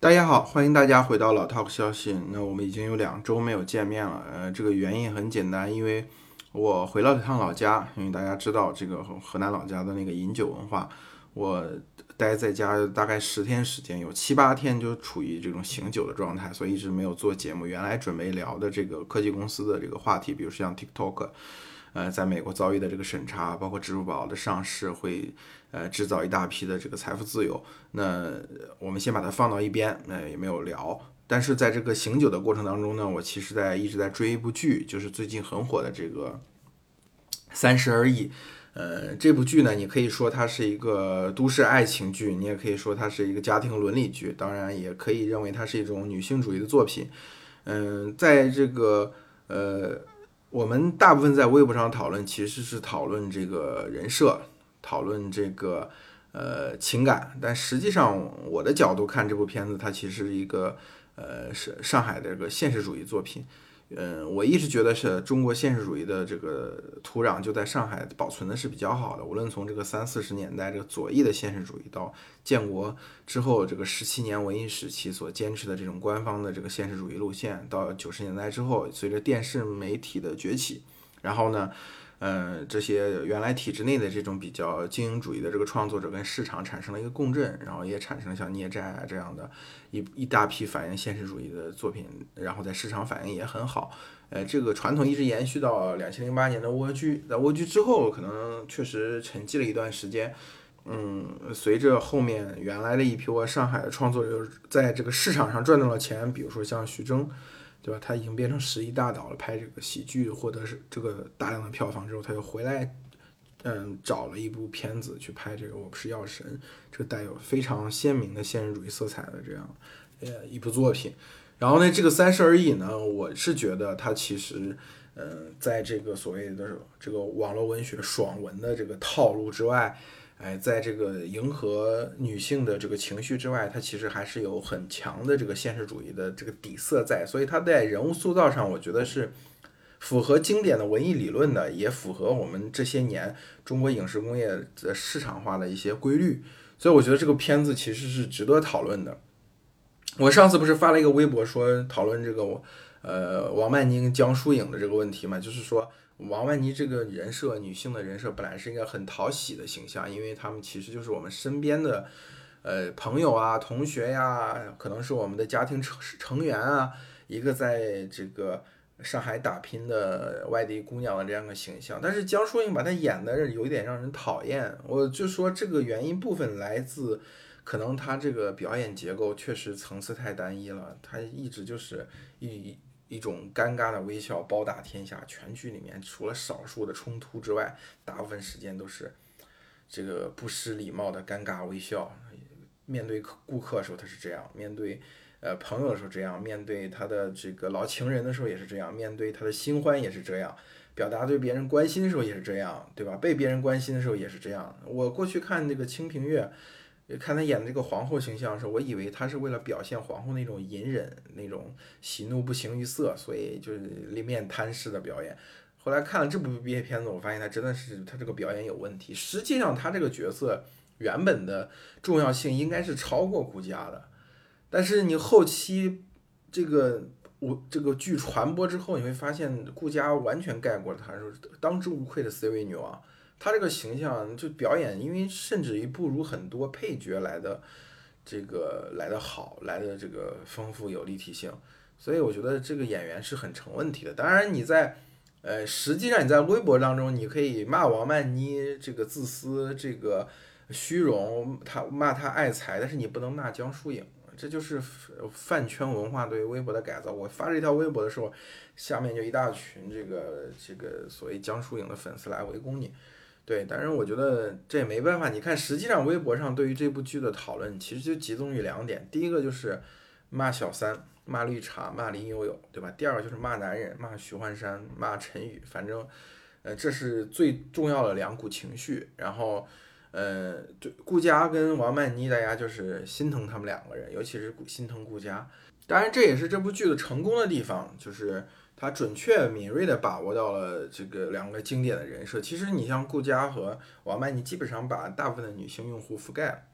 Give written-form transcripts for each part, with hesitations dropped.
大家好，欢迎大家回到老 Talk 消息。那我们已经有2周没有见面了，这个原因很简单，因为我回了趟老家，因为大家知道这个河南老家的那个饮酒文化，我待在家大概10天时间，有7、8天就处于这种醒酒的状态，所以一直没有做节目。原来准备聊的这个科技公司的这个话题，比如像 TikTok，在美国遭遇的这个审查，包括支付宝的上市会制造一大批的这个财富自由。那我们先把它放到一边，也没有聊。但是在这个醒酒的过程当中呢，我其实一直在追一部剧，就是最近很火的这个《三十而已》。这部剧呢，你可以说它是一个都市爱情剧，你也可以说它是一个家庭伦理剧，当然也可以认为它是一种女性主义的作品。在这个我们大部分在微博上讨论，其实是讨论这个人设，讨论这个情感，但实际上我的角度看这部片子，它其实是一个是上海的这个现实主义作品。我一直觉得是中国现实主义的这个土壤就在上海保存的是比较好的，无论从这个30、40年代这个左翼的现实主义，到建国之后这个17年文艺时期所坚持的这种官方的这个现实主义路线，到90年代之后，随着电视媒体的崛起，然后呢，这些原来体制内的这种比较精英主义的这个创作者跟市场产生了一个共振，然后也产生了像孽债啊这样的一大批反映现实主义的作品，然后在市场反应也很好。这个传统一直延续到2008年的蜗居，在蜗居之后，可能确实沉寂了一段时间。随着后面原来的一批上海的创作者在这个市场上赚到了钱，比如说像徐峥，对吧？他已经变成10亿大导了，拍这个喜剧获得是这个大量的票房之后，他又回来，找了一部片子去拍这个《我不是药神》，这个带有非常鲜明的现实主义色彩的这样一部作品。然后呢，这个《三十而已》呢，我是觉得它其实，在这个所谓的这个网络文学爽文的这个套路之外，在这个迎合女性的这个情绪之外，它其实还是有很强的这个现实主义的这个底色在，所以它在人物塑造上，我觉得是符合经典的文艺理论的，也符合我们这些年中国影视工业的市场化的一些规律，所以我觉得这个片子其实是值得讨论的。我上次不是发了一个微博说讨论这个王曼妮跟江疏影的这个问题嘛，就是说王曼妮这个人设，女性的人设本来是一个很讨喜的形象，因为他们其实就是我们身边的朋友啊、同学呀，可能是我们的家庭成员啊，一个在这个上海打拼的外地姑娘的这样的形象。但是江疏影把她演的有一点让人讨厌，我就说这个原因部分来自可能她这个表演结构确实层次太单一了，她一直就是一种尴尬的微笑包打天下，全剧里面除了少数的冲突之外，大部分时间都是这个不失礼貌的尴尬微笑。面对顾客的时候他是这样，面对朋友的时候这样，面对他的这个老情人的时候也是这样，面对他的新欢也是这样，表达对别人关心的时候也是这样，对吧？被别人关心的时候也是这样。我过去看这个《清平乐》，看他演的这个皇后形象的时候，我以为他是为了表现皇后那种隐忍、那种喜怒不形于色，所以就是面瘫式的表演。后来看了这部毕业片子，我发现他真的是他这个表演有问题。实际上，他这个角色原本的重要性应该是超过顾佳的，但是你后期这个这个剧传播之后，你会发现顾佳完全盖过了他，说当之无愧的 C 位女王。她这个形象就表演，因为甚至于不如很多配角来的来的好，来的这个丰富有立体性，所以我觉得这个演员是很成问题的。当然你在实际上你在微博当中，你可以骂王曼妮这个自私，这个虚荣，骂她爱财，但是你不能骂江疏影。这就是饭圈文化对微博的改造。我发这条微博的时候，下面就一大群这个所谓江疏影的粉丝来围攻你。对，但是我觉得这也没办法。你看，实际上微博上对于这部剧的讨论，其实就集中于2点。第一个就是骂小三、骂绿茶、骂林有有，对吧？第二个就是骂男人、骂许幻山、骂陈宇。反正，这是最重要的2股情绪。然后，对顾佳跟王曼妮，大家就是心疼他们2个人，尤其是心疼顾佳。当然，这也是这部剧的成功的地方，就是它准确敏锐地把握到了这个2个经典的人设。其实你像顾佳和王曼妮，基本上把大部分的女性用户覆盖了。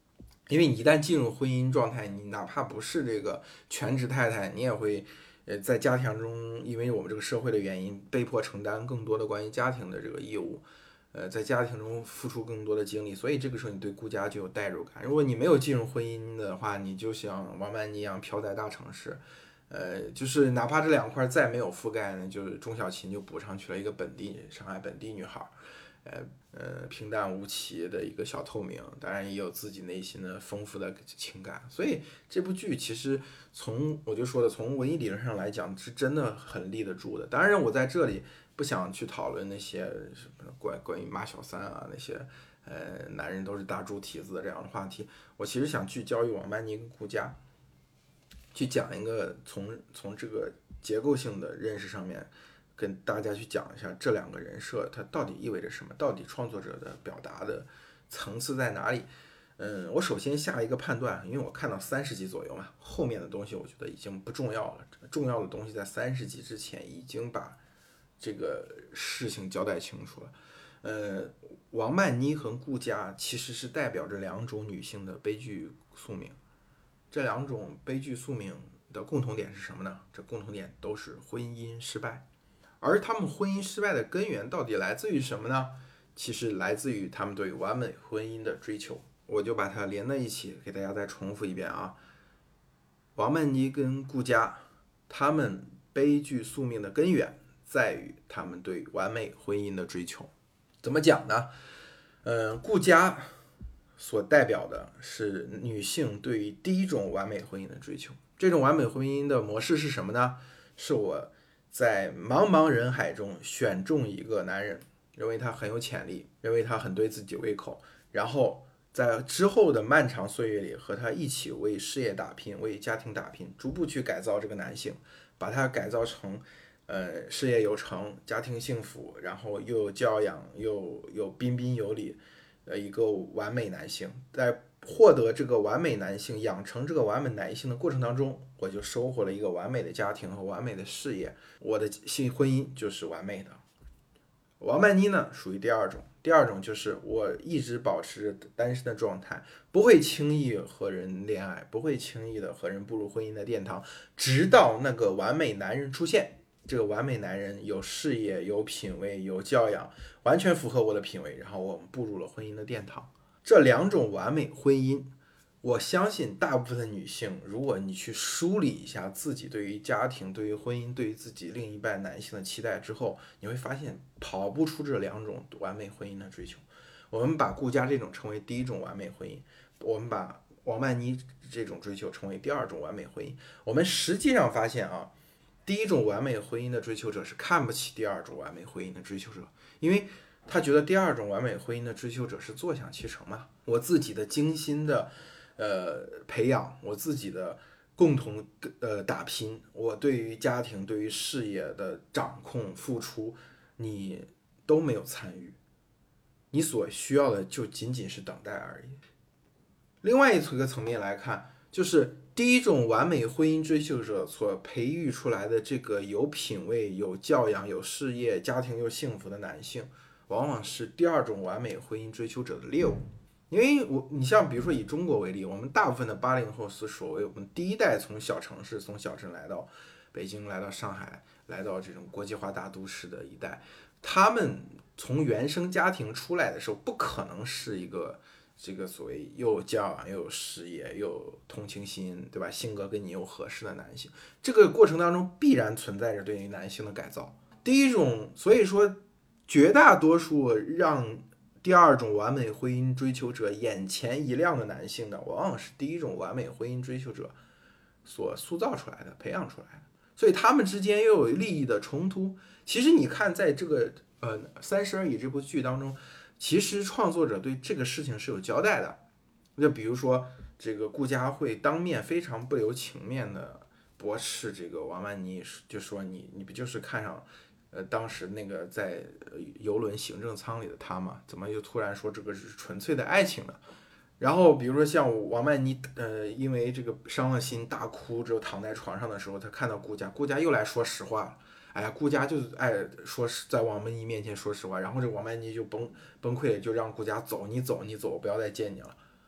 因为你一旦进入婚姻状态，你哪怕不是这个全职太太，你也会在家庭中，因为我们这个社会的原因，被迫承担更多的关于家庭的这个义务。在家庭中付出更多的精力，所以这个时候你对顾家就有代入感。如果你没有进入婚姻的话，你就像王曼妮一样飘在大城市，就是哪怕这两块再没有覆盖呢，就是钟小琴就补上去了一个上海本地女孩，平淡无奇的一个小透明，当然也有自己内心的丰富的情感。所以这部剧其实我就说的，从文艺理论上来讲是真的很立得住的。当然我在这里不想去讨论那些什么关于马小三啊那些男人都是大猪蹄子的这样的话题，我其实想聚焦于王曼妮跟顾佳，去讲一个从这个结构性的认识上面，跟大家去讲一下这两个人设它到底意味着什么，到底创作者的表达的层次在哪里。我首先下一个判断，因为我看到30集左右嘛，后面的东西我觉得已经不重要了，重要的东西在30集之前已经把这个事情交代清楚了。王曼妮和顾佳其实是代表着两种女性的悲剧宿命。这两种悲剧宿命的共同点是什么呢？这共同点都是婚姻失败。而他们婚姻失败的根源到底来自于什么呢？其实来自于他们对完美婚姻的追求。我就把它连在一起，给大家再重复一遍啊。王曼妮跟顾佳，他们悲剧宿命的根源在于他们对完美婚姻的追求。怎么讲呢？顾佳所代表的是女性对于第一种完美婚姻的追求。这种完美婚姻的模式是什么呢？是我在茫茫人海中选中一个男人，认为他很有潜力，认为他很对自己胃口，然后在之后的漫长岁月里和他一起为事业打拼，为家庭打拼，逐步去改造这个男性，把他改造成事业有成，家庭幸福，然后又有教养，又有彬彬有礼的一个完美男性。在获得这个完美男性，养成这个完美男性的过程当中，我就收获了一个完美的家庭和完美的事业，我的新婚姻就是完美的。王曼妮呢，属于第二种。第二种就是我一直保持单身的状态，不会轻易和人恋爱，不会轻易的和人步入婚姻的殿堂，直到那个完美男人出现。这个完美男人有事业、有品位、有教养，完全符合我的品味，然后我们步入了婚姻的殿堂。这两种完美婚姻，我相信大部分的女性，如果你去梳理一下自己对于家庭、对于婚姻、对于自己另一半男性的期待之后，你会发现跑不出这两种完美婚姻的追求。我们把顾佳这种称为第一种完美婚姻，我们把王曼妮这种追求称为第二种完美婚姻。我们实际上发现啊，第一种完美婚姻的追求者是看不起第二种完美婚姻的追求者，因为他觉得第二种完美婚姻的追求者是坐享其成嘛，我自己的精心的培养，我自己的共同打拼，我对于家庭对于事业的掌控付出，你都没有参与，你所需要的就仅仅是等待而已。另外一个层面来看，就是第一种完美婚姻追求者所培育出来的这个有品位、有教养、有事业、家庭又幸福的男性，往往是第二种完美婚姻追求者的猎物。因为你像比如说以中国为例，我们大部分的80后是所谓我们第一代从小城市、从小镇来到北京、来到上海、来到这种国际化大都市的一代，他们从原生家庭出来的时候，不可能是一个这个所谓又有教养又有事业又有同情心，对吧？性格跟你又合适的男性，这个过程当中必然存在着对于男性的改造。第一种，所以说绝大多数让第二种完美婚姻追求者眼前一亮的男性呢，往往是第一种完美婚姻追求者所塑造出来的、培养出来的，所以他们之间又有利益的冲突。其实你看，在这个《三十而已》这部剧当中，其实创作者对这个事情是有交代的。就比如说，这个顾佳会当面非常不留情面的驳斥这个王曼妮，就说你不就是看上当时那个在游轮行政舱里的他嘛，怎么又突然说这个是纯粹的爱情呢？然后比如说像王曼妮，因为这个伤了心大哭之后躺在床上的时候，他看到顾佳，顾佳又来说实话了。哎呀，顾佳就是爱说在王曼妮面前说实话，然后这王曼妮就崩溃了，就让顾佳走，你走，不要再见你了。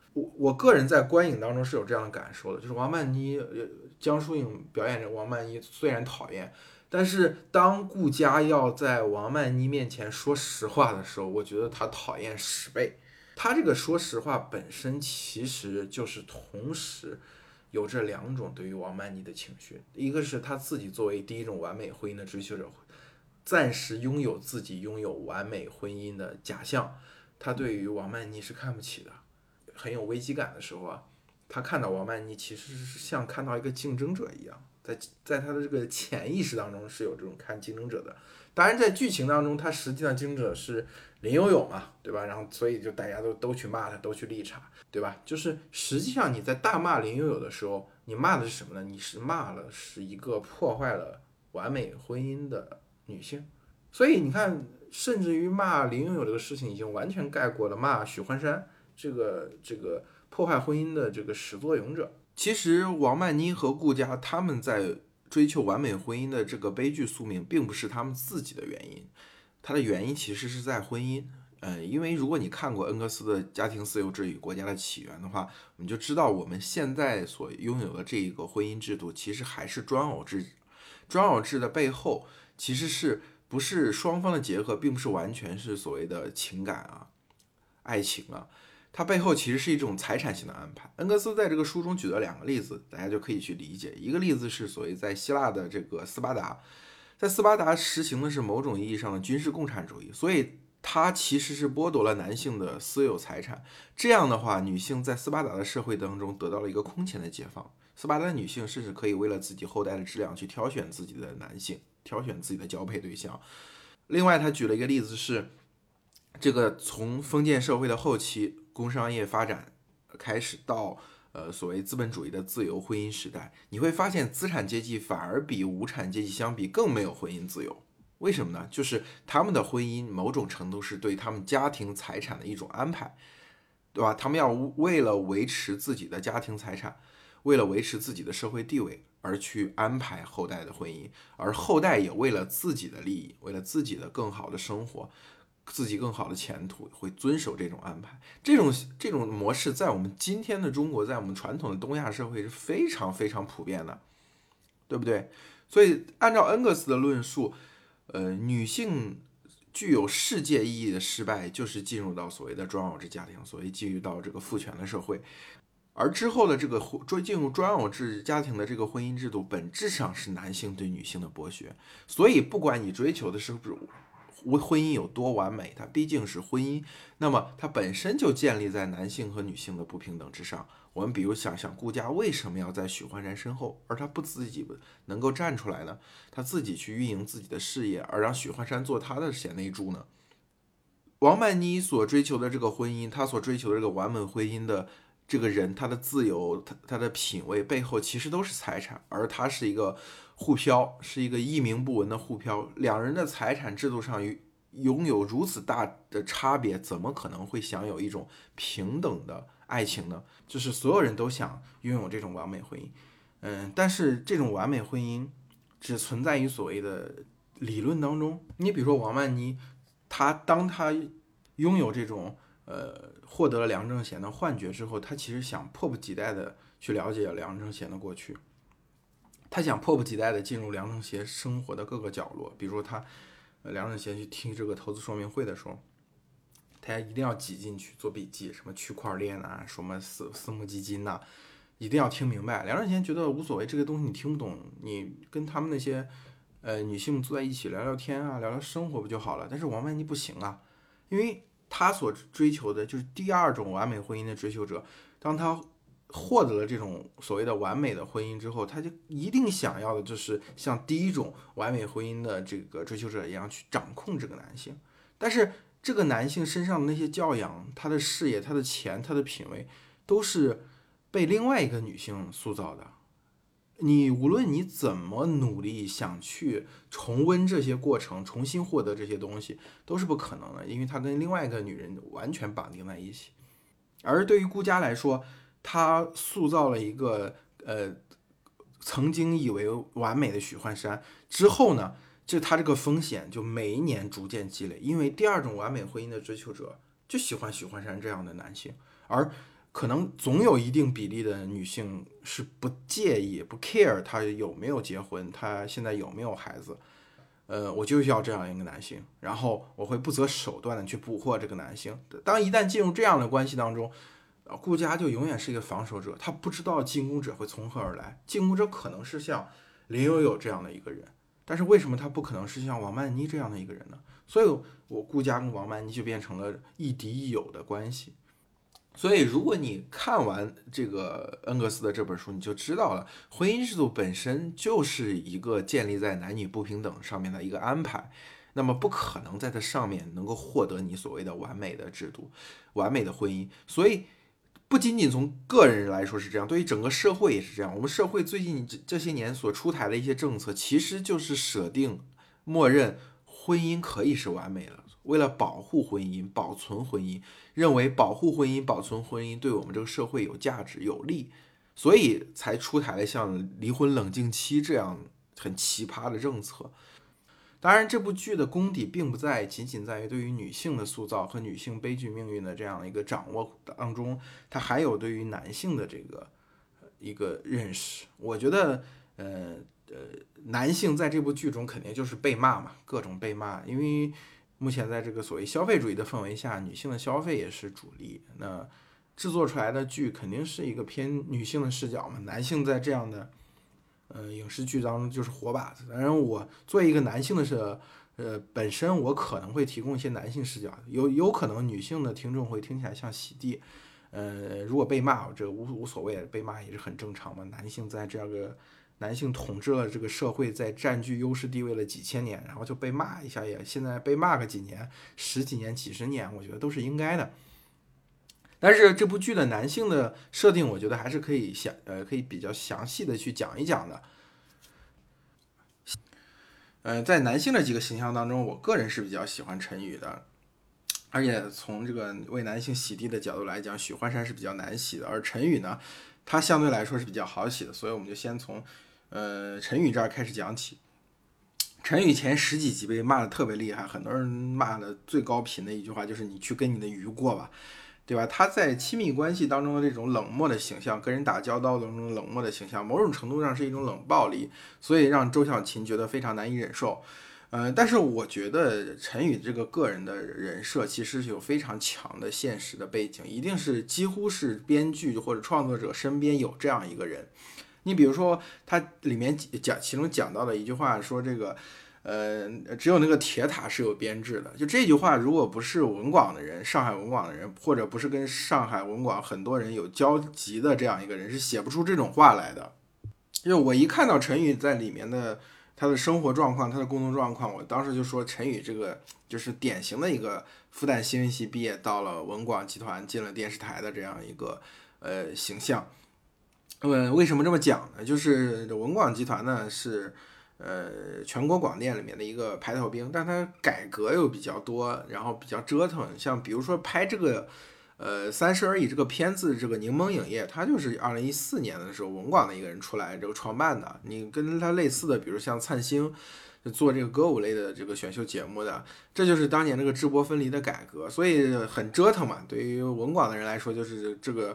我个人在观影当中是有这样的感受的，就是王曼妮，江疏影表演着王曼妮，虽然讨厌，但是当顾佳要在王曼妮面前说实话的时候，我觉得他讨厌10倍。他这个说实话本身其实就是同时有这两种对于王曼妮的情绪，一个是他自己作为第一种完美婚姻的追求者，暂时拥有自己拥有完美婚姻的假象，他对于王曼妮是看不起的。很有危机感的时候啊，他看到王曼妮其实是像看到一个竞争者一样，在他的这个潜意识当中是有这种看竞争者的。当然，在剧情当中，他实际上竞争者是林有有嘛，对吧？然后所以就大家都去骂他，都去绿茶，对吧？就是实际上你在大骂林有有的时候，你骂的是什么呢？你是骂了是一个破坏了完美婚姻的女性。所以你看，甚至于骂林有有这个事情，已经完全盖过了骂许幻山这个破坏婚姻的这个始作俑者。其实王曼妮和顾佳他们在追求完美婚姻的这个悲剧宿命，并不是他们自己的原因，它的原因其实是在婚姻。因为如果你看过恩格斯的《家庭私有制与国家的起源》的话，你就知道我们现在所拥有的这一个婚姻制度，其实还是专偶制。专偶制的背后，其实是不是双方的结合，并不是完全是所谓的情感啊、爱情啊，它背后其实是一种财产性的安排。恩格斯在这个书中举了2个例子，大家就可以去理解。一个例子是所谓在希腊的这个斯巴达，在斯巴达实行的是某种意义上的军事共产主义，所以它其实是剥夺了男性的私有财产。这样的话，女性在斯巴达的社会当中得到了一个空前的解放。斯巴达的女性甚至可以为了自己后代的质量去挑选自己的男性，挑选自己的交配对象。另外，他举了一个例子是，这个从封建社会的后期工商业发展开始到所谓资本主义的自由婚姻时代，你会发现资产阶级反而比无产阶级相比更没有婚姻自由。为什么呢？就是他们的婚姻某种程度是对他们家庭财产的一种安排，对吧？他们要为了维持自己的家庭财产，为了维持自己的社会地位而去安排后代的婚姻，而后代也为了自己的利益，为了自己的更好的生活，自己更好的前途，会遵守这种安排。这种模式在我们今天的中国，在我们传统的东亚社会是非常非常普遍的，对不对？所以按照恩格斯的论述，女性具有世界意义的失败，就是进入到所谓的专偶制家庭，所谓进入到这个父权的社会。而之后的这个进入专偶制家庭的这个婚姻制度，本质上是男性对女性的剥削。所以，不管你追求的是不是婚姻有多完美，它毕竟是婚姻，那么它本身就建立在男性和女性的不平等之上。我们比如想想顾佳为什么要在许幻山身后，而他不自己能够站出来呢？他自己去运营自己的事业，而让许幻山做他的贤内助呢？王曼妮所追求的这个婚姻，他所追求的这个完美婚姻的这个人，他的自由，他的品味背后其实都是财产，而他是一个沪漂，是一个一名不闻的沪漂。两人的财产制度上拥有如此大的差别，怎么可能会享有一种平等的爱情呢？就是所有人都想拥有这种完美婚姻，但是这种完美婚姻只存在于所谓的理论当中。你比如说王曼妮，当他拥有这种获得了梁正贤的幻觉之后，他其实想迫不及待的去了解梁正贤的过去，他想迫不及待的进入梁正贤生活的各个角落。比如他梁正贤去听这个投资说明会的时候，他一定要挤进去做笔记，什么区块链啊，什么私募基金呐，一定要听明白。梁正贤觉得无所谓，这个东西你听不懂，你跟他们那些女性坐在一起聊聊天啊，聊聊生活不就好了？但是王曼妮不行啊，因为他所追求的就是第二种完美婚姻的追求者。当他获得了这种所谓的完美的婚姻之后，他就一定想要的就是像第一种完美婚姻的这个追求者一样去掌控这个男性。但是这个男性身上的那些教养，他的事业，他的钱，他的品味，都是被另外一个女性塑造的。你无论你怎么努力想去重温这些过程，重新获得这些东西，都是不可能的，因为他跟另外一个女人完全绑定在一起。而对于顾佳来说，他塑造了一个曾经以为完美的许幻山之后呢，他这个风险就每一年逐渐积累，因为第二种完美婚姻的追求者就喜欢许幻山这样的男性，而可能总有一定比例的女性是不介意、不 care 她有没有结婚，她现在有没有孩子。我就要这样一个男性，然后我会不择手段的去捕获这个男性。当一旦进入这样的关系当中，顾佳就永远是一个防守者，他不知道进攻者会从何而来。进攻者可能是像林有有这样的一个人，但是为什么他不可能是像王曼妮这样的一个人呢？所以我顾佳跟王曼妮就变成了亦敌亦友的关系。所以，如果你看完这个恩格斯的这本书，你就知道了，婚姻制度本身就是一个建立在男女不平等上面的一个安排，那么不可能在这上面能够获得你所谓的完美的制度、完美的婚姻。所以，不仅仅从个人来说是这样，对于整个社会也是这样。我们社会最近这些年所出台的一些政策，其实就是设定、默认婚姻可以是完美的。为了保护婚姻、保存婚姻，认为保护婚姻、保存婚姻对我们这个社会有价值、有利，所以才出台了像离婚冷静期这样很奇葩的政策。当然，这部剧的功底并不仅仅在于对于女性的塑造和女性悲剧命运的这样一个掌握当中，它还有对于男性的这个一个认识。我觉得，男性在这部剧中肯定就是被骂嘛，各种被骂，因为目前在这个所谓消费主义的氛围下，女性的消费也是主力，那制作出来的剧肯定是一个偏女性的视角嘛，男性在这样的影视剧当中就是活靶子。当然，我作为一个男性的本身我可能会提供一些男性视角，有可能女性的听众会听起来像洗地，如果被骂，这个无所谓，被骂也是很正常嘛。男性统治了这个社会，在占据优势地位了几千年，然后就被骂一下，也现在被骂个几年、十几年、几十年，我觉得都是应该的。但是这部剧的男性的设定，我觉得还是可以比较详细的去讲一讲的。在男性的几个形象当中，我个人是比较喜欢陈宇的，而且从这个为男性洗地的角度来讲，许幻山是比较难洗的，而陈宇呢，他相对来说是比较好洗的，所以我们就先从陈宇这儿开始讲起。陈宇前10几集被骂的特别厉害，很多人骂的最高频的一句话就是你去跟你的鱼过吧，对吧？他在亲密关系当中的这种冷漠的形象，跟人打交道的这种冷漠的形象，某种程度上是一种冷暴力，所以让周小芹觉得非常难以忍受。但是我觉得陈宇这个个人的人设其实是有非常强的现实的背景，一定是几乎是编剧或者创作者身边有这样一个人。你比如说，他里面其中讲到的一句话说这个，只有那个铁塔是有编制的。就这句话，如果不是文广的人，上海文广的人，或者不是跟上海文广很多人有交集的这样一个人，是写不出这种话来的。就我一看到陈宇在里面的他的生活状况、他的工作状况，我当时就说陈宇这个就是典型的一个复旦新闻系毕业，到了文广集团进了电视台的这样一个形象。为什么这么讲呢？就是文广集团呢是全国广电里面的一个排头兵，但它改革又比较多，然后比较折腾。像比如说拍这个三十而已这个片子，这个柠檬影业，它就是2014年的时候文广的一个人出来这个创办的。你跟他类似的，比如像灿星做这个歌舞类的这个选秀节目的，这就是当年这个直播分离的改革，所以很折腾嘛。对于文广的人来说，就是这个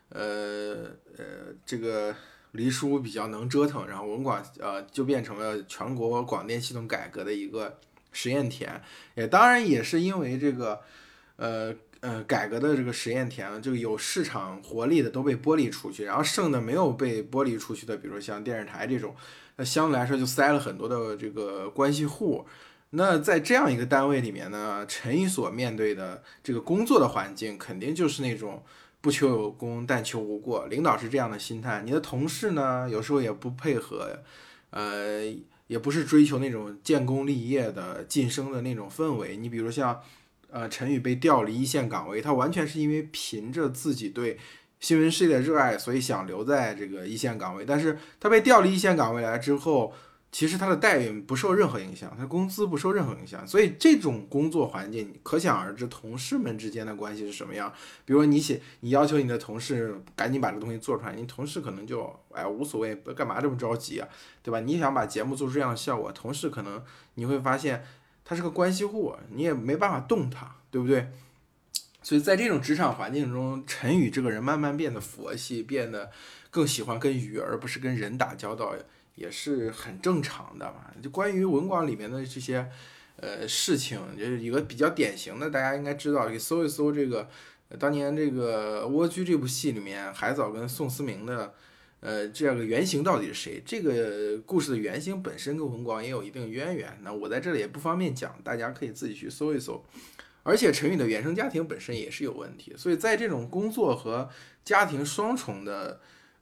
这个黎叔比较能折腾，然后文广就变成了全国广电系统改革的一个实验田，当然也是因为这个改革的这个实验田，这个有市场活力的都被剥离出去，然后剩的没有被剥离出去的，比如像电视台这种，那相对来说就塞了很多的这个关系户。那在这样一个单位里面呢，陈宇所面对的这个工作的环境，肯定就是那种不求有功但求无过，领导是这样的心态，你的同事呢有时候也不配合，也不是追求那种建功立业的晋升的那种氛围。你比如像陈宇被调离一线岗位，他完全是因为凭着自己对新闻事业的热爱，所以想留在这个一线岗位，但是他被调离一线岗位来之后，其实他的待遇不受任何影响，他工资不受任何影响，所以这种工作环境可想而知，同事们之间的关系是什么样。比如你要求你的同事赶紧把这个东西做出来，你同事可能就无所谓，干嘛这么着急啊，对吧？你想把节目做出这样的效果，同事可能你会发现他是个关系户，你也没办法动他，对不对？ 所以在这种职场环境中，陈宇这个人慢慢变得佛系，变得更喜欢跟鱼而不是跟人打交道，也是很正常的嘛。就关于文广里面的这些事情，就是一个比较典型的，大家应该知道，去搜一搜这个当年这个《蜗居》这部戏里面，海藻跟宋思明的这样个原型到底是谁？这个故事的原型本身跟文广也有一定渊源，那我在这里也不方便讲，大家可以自己去搜一搜。而且陈宇的原生家庭本身也是有问题，所以在这种工作和家庭双重的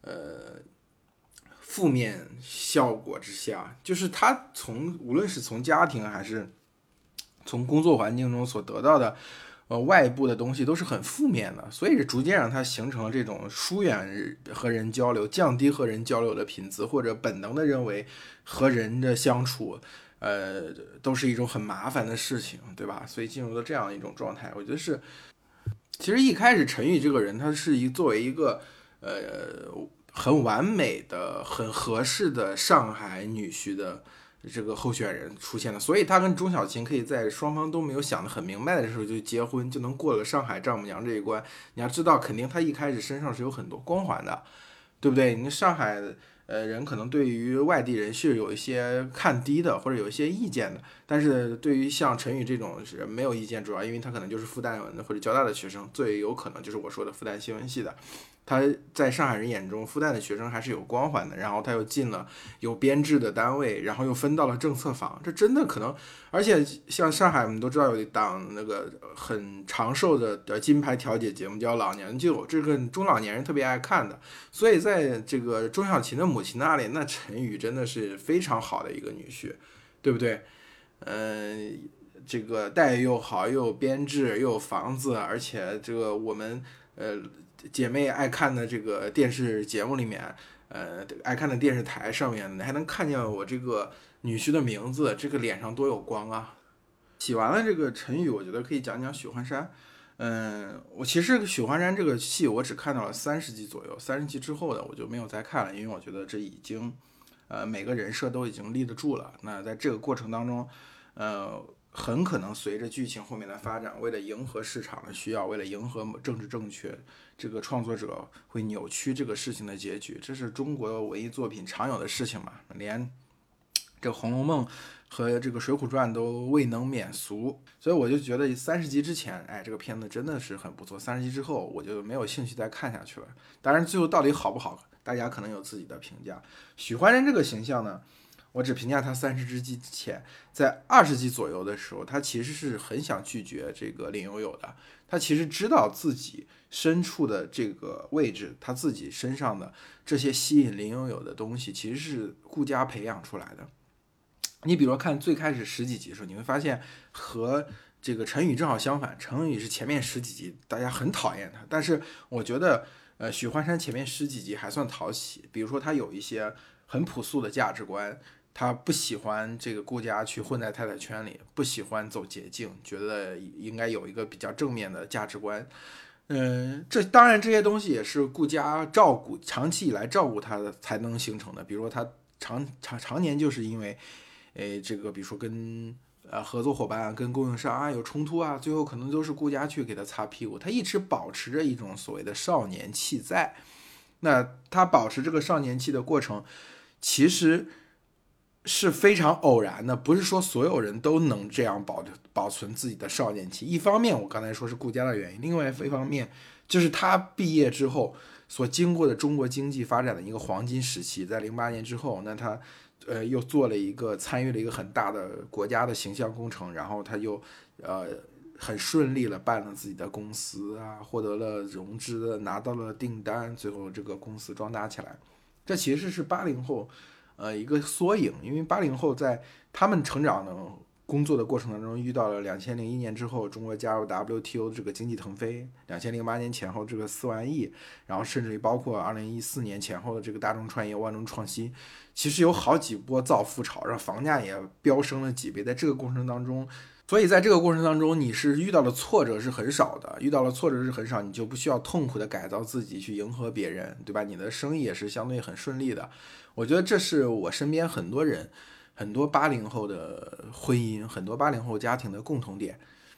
负面效果之下，就是他无论是从家庭还是从工作环境中所得到的外部的东西都是很负面的，所以逐渐让他形成了这种疏远和人交流、降低和人交流的频次，或者本能的认为和人的相处都是一种很麻烦的事情，对吧？所以进入了这样一种状态，我觉得是，其实一开始陈宇这个人，他是作为一个很完美的、很合适的上海女婿的这个候选人出现的，所以他跟钟小琴可以在双方都没有想得很明白的时候就结婚，就能过了上海丈母娘这一关。你要知道，肯定他一开始身上是有很多光环的，对不对？你上海人可能对于外地人是有一些看低的，或者有一些意见的，但是对于像陈宇这种人没有意见，主要因为他可能就是复旦或者交大的学生，最有可能就是我说的复旦新闻系的。他在上海人眼中，复旦的学生还是有光环的，然后他又进了有编制的单位，然后又分到了政策坊，这真的可能，而且像上海我们都知道有一档那个很长寿的金牌调解节目叫《老娘舅》，这个中老年人特别爱看的，所以在这个钟小琴的母亲那里，那陈宇真的是非常好的一个女婿，对不对？这个待遇又好，又有编制，又有房子，而且这个我们姐妹爱看的这个电视节目里面，爱看的电视台上面，还能看见我这个女婿的名字，这个脸上多有光啊！洗完了这个陈宇，我觉得可以讲讲许幻山。我其实许幻山这个戏我只看到了30集左右，30集之后的我就没有再看了，因为我觉得这已经，每个人设都已经立得住了。那在这个过程当中，很可能随着剧情后面的发展，为了迎合市场的需要，为了迎合政治正确，这个创作者会扭曲这个事情的结局，这是中国文艺作品常有的事情嘛。连这个《红楼梦》和这个《水浒传》都未能免俗，所以我就觉得30集之前，这个片子真的是很不错。30集之后，我就没有兴趣再看下去了。当然，最后到底好不好，大家可能有自己的评价。许幻山这个形象呢，我只评价他30集之前，在20集左右的时候，他其实是很想拒绝这个林有有的。他其实知道自己身处的这个位置，他自己身上的这些吸引林有有的东西，其实是顾家培养出来的。你比如看最开始10几集的时候，你会发现和这个陈宇正好相反。陈宇是前面10几集大家很讨厌他，但是我觉得许幻山前面10几集还算讨喜。比如说他有一些很朴素的价值观，他不喜欢这个顾家去混在太太圈里，不喜欢走捷径，觉得应该有一个比较正面的价值观。这当然这些东西也是顾家长期以来照顾他的才能形成的。比如说他常年就是因为这个比如说跟合作伙伴跟供应商有冲突啊，最后可能都是顾家去给他擦屁股。他一直保持着一种所谓的少年气在，那他保持这个少年气的过程其实是非常偶然的，不是说所有人都能这样保存自己的少年气。一方面我刚才说是顾家的原因，另外一方面就是他毕业之后所经过的中国经济发展的一个黄金时期，在08年之后，那他又参与了一个很大的国家的形象工程，然后他又很顺利了办了自己的公司啊，获得了融资，拿到了订单，最后这个公司壮大起来。这其实是80后一个缩影，因为80后在他们成长的工作的过程当中遇到了2001年之后中国加入 WTO 这个经济腾飞，2008年前后这个4万亿，然后甚至于包括2014年前后的这个大众创业、万众创新，其实有好几波造富潮，让房价也飙升了几倍。在这个过程当中，所以在这个过程当中，你是遇到的挫折是很少的，你就不需要痛苦的改造自己去迎合别人，对吧？你的生意也是相对很顺利的。我觉得这是我身边很多人，很多80后的婚姻，很多80后家庭的共同点。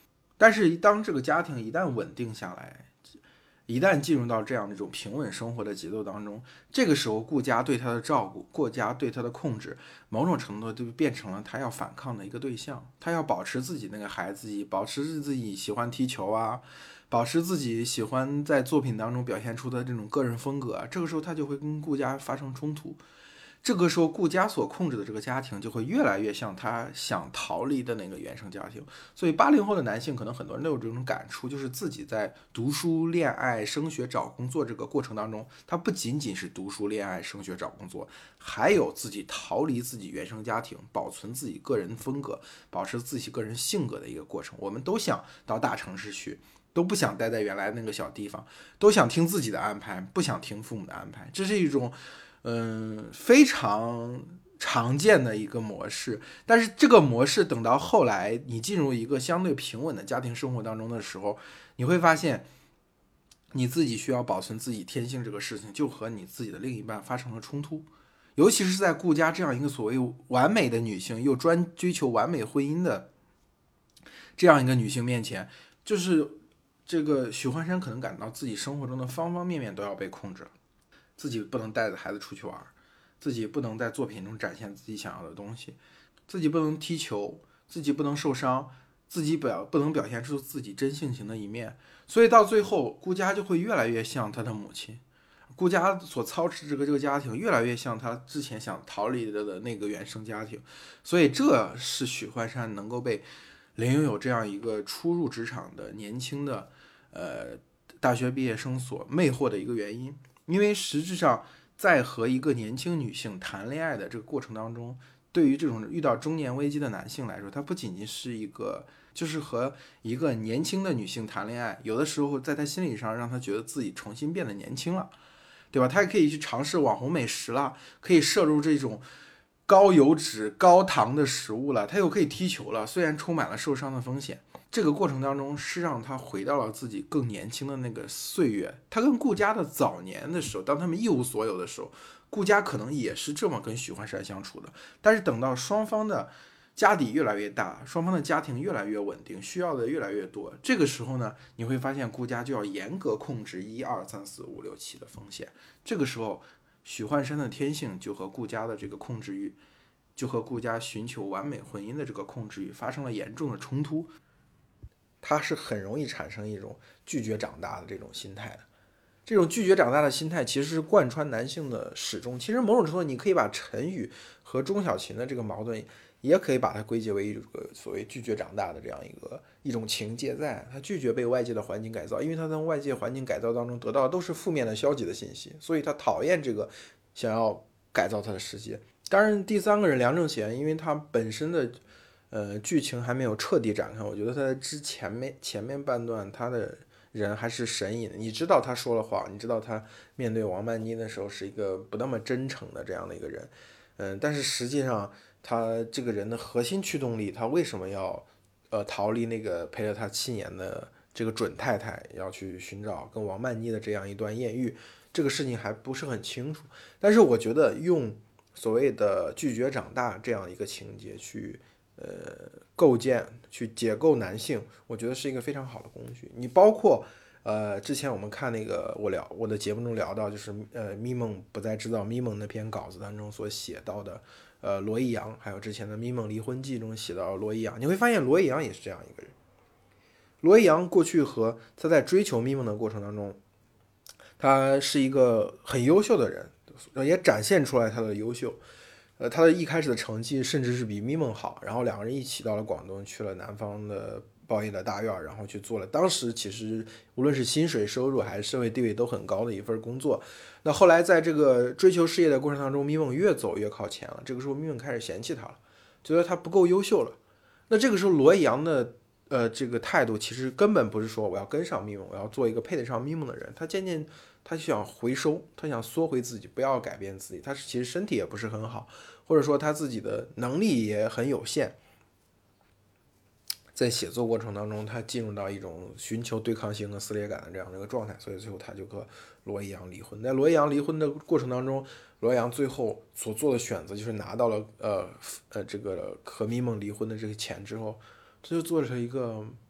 但是当这个家庭一旦稳定下来，一旦进入到这样一种平稳生活的节奏当中，这个时候顾家对他的照顾，顾家对他的控制，某种程度就变成了他要反抗的一个对象。他要保持自己那个孩子气，保持自己喜欢踢球啊，保持自己喜欢在作品当中表现出的这种个人风格啊。这个时候他就会跟顾家发生冲突。这个时候，顾家所控制的这个家庭就会越来越像他想逃离的那个原生家庭。所以80后的男性，可能很多人都有这种感触，就是自己在读书、恋爱、升学、找工作这个过程当中，他不仅仅是读书、恋爱、升学、找工作，还有自己逃离自己原生家庭，保存自己个人风格，保持自己个人性格的一个过程。我们都想到大城市去，都不想待在原来那个小地方，都想听自己的安排，不想听父母的安排。这是一种非常常见的一个模式。但是这个模式等到后来你进入一个相对平稳的家庭生活当中的时候，你会发现你自己需要保存自己天性这个事情就和你自己的另一半发生了冲突。尤其是在顾家这样一个所谓完美的女性，又追求完美婚姻的这样一个女性面前，就是这个许幻山可能感到自己生活中的方方面面都要被控制，自己不能带着孩子出去玩，自己不能在作品中展现自己想要的东西，自己不能踢球，自己不能受伤，自己不能表现出自己真性情的一面。所以到最后，顾家就会越来越像他的母亲，顾家所操持这个家庭越来越像他之前想逃离的那个原生家庭。所以这是许幻山能够被林有有这样一个初入职场的年轻的大学毕业生所魅惑的一个原因。因为实质上在和一个年轻女性谈恋爱的这个过程当中，对于这种遇到中年危机的男性来说，他不仅仅是一个就是和一个年轻的女性谈恋爱，有的时候在他心理上让他觉得自己重新变得年轻了，对吧？他也可以去尝试网红美食了，可以摄入这种高油脂高糖的食物了，他又可以踢球了，虽然充满了受伤的风险。这个过程当中是让他回到了自己更年轻的那个岁月。他跟顾家的早年的时候，当他们一无所有的时候，顾家可能也是这么跟许幻山相处的。但是等到双方的家底越来越大，双方的家庭越来越稳定，需要的越来越多，这个时候呢，你会发现顾家就要严格控制1、2、3、4、5、6、7的风险。这个时候，许幻山的天性就和顾家的这个控制欲，就和顾家寻求完美婚姻的这个控制欲发生了严重的冲突。他是很容易产生一种拒绝长大的这种心态的。这种拒绝长大的心态其实是贯穿男性的始终。其实某种程度你可以把陈宇和钟小琴的这个矛盾也可以把它归结为一个所谓拒绝长大的这样一种情节在。他拒绝被外界的环境改造，因为他从外界环境改造当中得到的都是负面的消极的信息，所以他讨厌这个想要改造他的世界。当然第三个人梁正贤，因为他本身的剧情还没有彻底展开，我觉得他在前面半段他的人还是神隐的。你知道他说了谎，你知道他面对王曼妮的时候是一个不那么真诚的这样的一个人，但是实际上他这个人的核心驱动力，他为什么要逃离那个陪了他7年的这个准太太，要去寻找跟王曼妮的这样一段艳遇，这个事情还不是很清楚。但是我觉得用所谓的拒绝长大这样一个情节去构建去解构男性，我觉得是一个非常好的工具。你包括之前我们看那个我的节目中聊到，就是咪蒙不再知道咪蒙那篇稿子当中所写到的罗一阳，还有之前的咪蒙离婚记中写到罗一阳，你会发现罗一阳也是这样一个人。罗一阳过去和他在追求咪蒙的过程当中，他是一个很优秀的人，也展现出来他的优秀。他的一开始的成绩甚至是比咪蒙好，然后两个人一起到了广东，去了南方的报业的大院，然后去做了当时其实无论是薪水收入还是社会地位都很高的一份工作。那后来在这个追求事业的过程当中，咪蒙越走越靠前了，这个时候咪蒙开始嫌弃他了，觉得他不够优秀了。那这个时候罗一阳的这个态度其实根本不是说我要跟上咪蒙，我要做一个配得上咪蒙的人，他渐渐他想回收，他想缩回自己，不要改变自己。他其实身体也不是很好，或者说他自己的能力也很有限。在写作过程当中，他进入到一种寻求对抗性的撕裂感的这样的一个状态，所以最后他就和罗一阳离婚。在罗一阳离婚的过程当中，罗一阳最后所做的选择就是拿到了这个和咪蒙离婚的这个钱之后，这就做成一个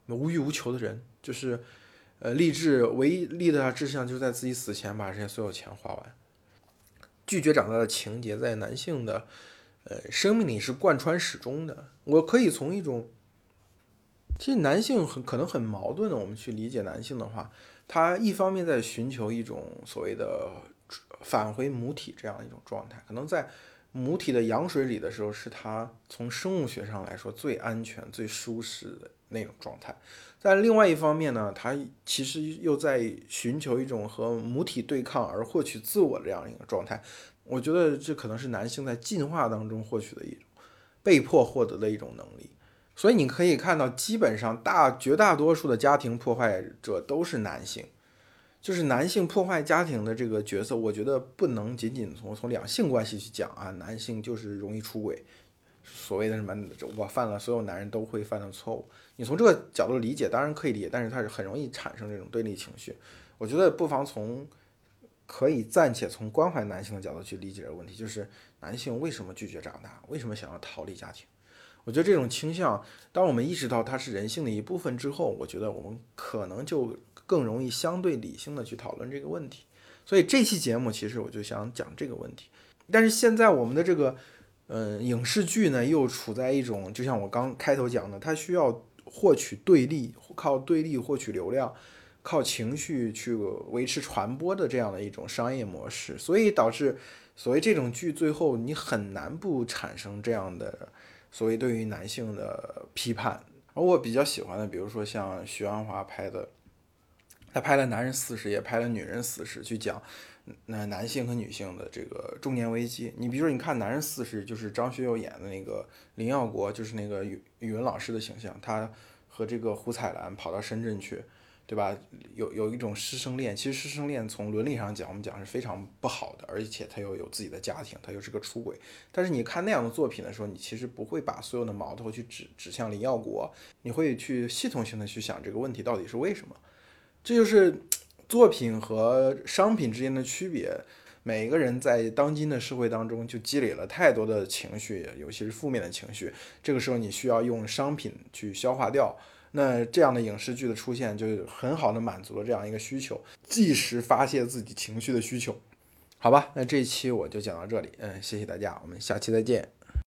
无欲无求的人，就是励志唯一立的志向就是在自己死前把这些所有钱花完。拒绝长大的情节在男性的生命里是贯穿始终的。我可以从一种，其实男性可能很矛盾的，我们去理解男性的话，他一方面在寻求一种所谓的返回母体这样一种状态，可能在母体的羊水里的时候，是他从生物学上来说最安全、最舒适的那种状态。但另外一方面呢，他其实又在寻求一种和母体对抗而获取自我的这样一个状态。我觉得这可能是男性在进化当中获取的一种被迫获得的一种能力。所以你可以看到，基本上绝大多数的家庭破坏者都是男性。就是男性破坏家庭的这个角色，我觉得不能仅仅从两性关系去讲啊，男性就是容易出轨，所谓的什么我犯了所有男人都会犯的错误，你从这个角度理解当然可以理解，但是它是很容易产生这种对立情绪。我觉得不妨可以暂且从关怀男性的角度去理解这个问题，就是男性为什么拒绝长大，为什么想要逃离家庭。我觉得这种倾向，当我们意识到它是人性的一部分之后，我觉得我们可能就更容易相对理性的去讨论这个问题。所以这期节目其实我就想讲这个问题。但是现在我们的这个影视剧呢，又处在一种就像我刚开头讲的，它需要获取对立，靠对立获取流量，靠情绪去维持传播的这样的一种商业模式，所以导致所谓这种剧最后你很难不产生这样的所谓对于男性的批判。而我比较喜欢的，比如说像徐安华拍的，他拍了男人四十，也拍了女人四十，去讲男性和女性的这个中年危机。你比如说，你看男人四十，就是张学友演的那个林耀国，就是那个语文老师的形象，他和这个胡彩兰跑到深圳去，对吧？有一种师生恋，其实师生恋从伦理上讲，我们讲是非常不好的，而且他又有自己的家庭，他又是个出轨。但是你看那样的作品的时候，你其实不会把所有的矛头去指向林耀国，你会去系统性的去想这个问题到底是为什么。这就是作品和商品之间的区别。每个人在当今的社会当中就积累了太多的情绪，尤其是负面的情绪，这个时候你需要用商品去消化掉。那这样的影视剧的出现，就很好的满足了这样一个需求，即时发泄自己情绪的需求。好吧，那这一期我就讲到这里，谢谢大家，我们下期再见。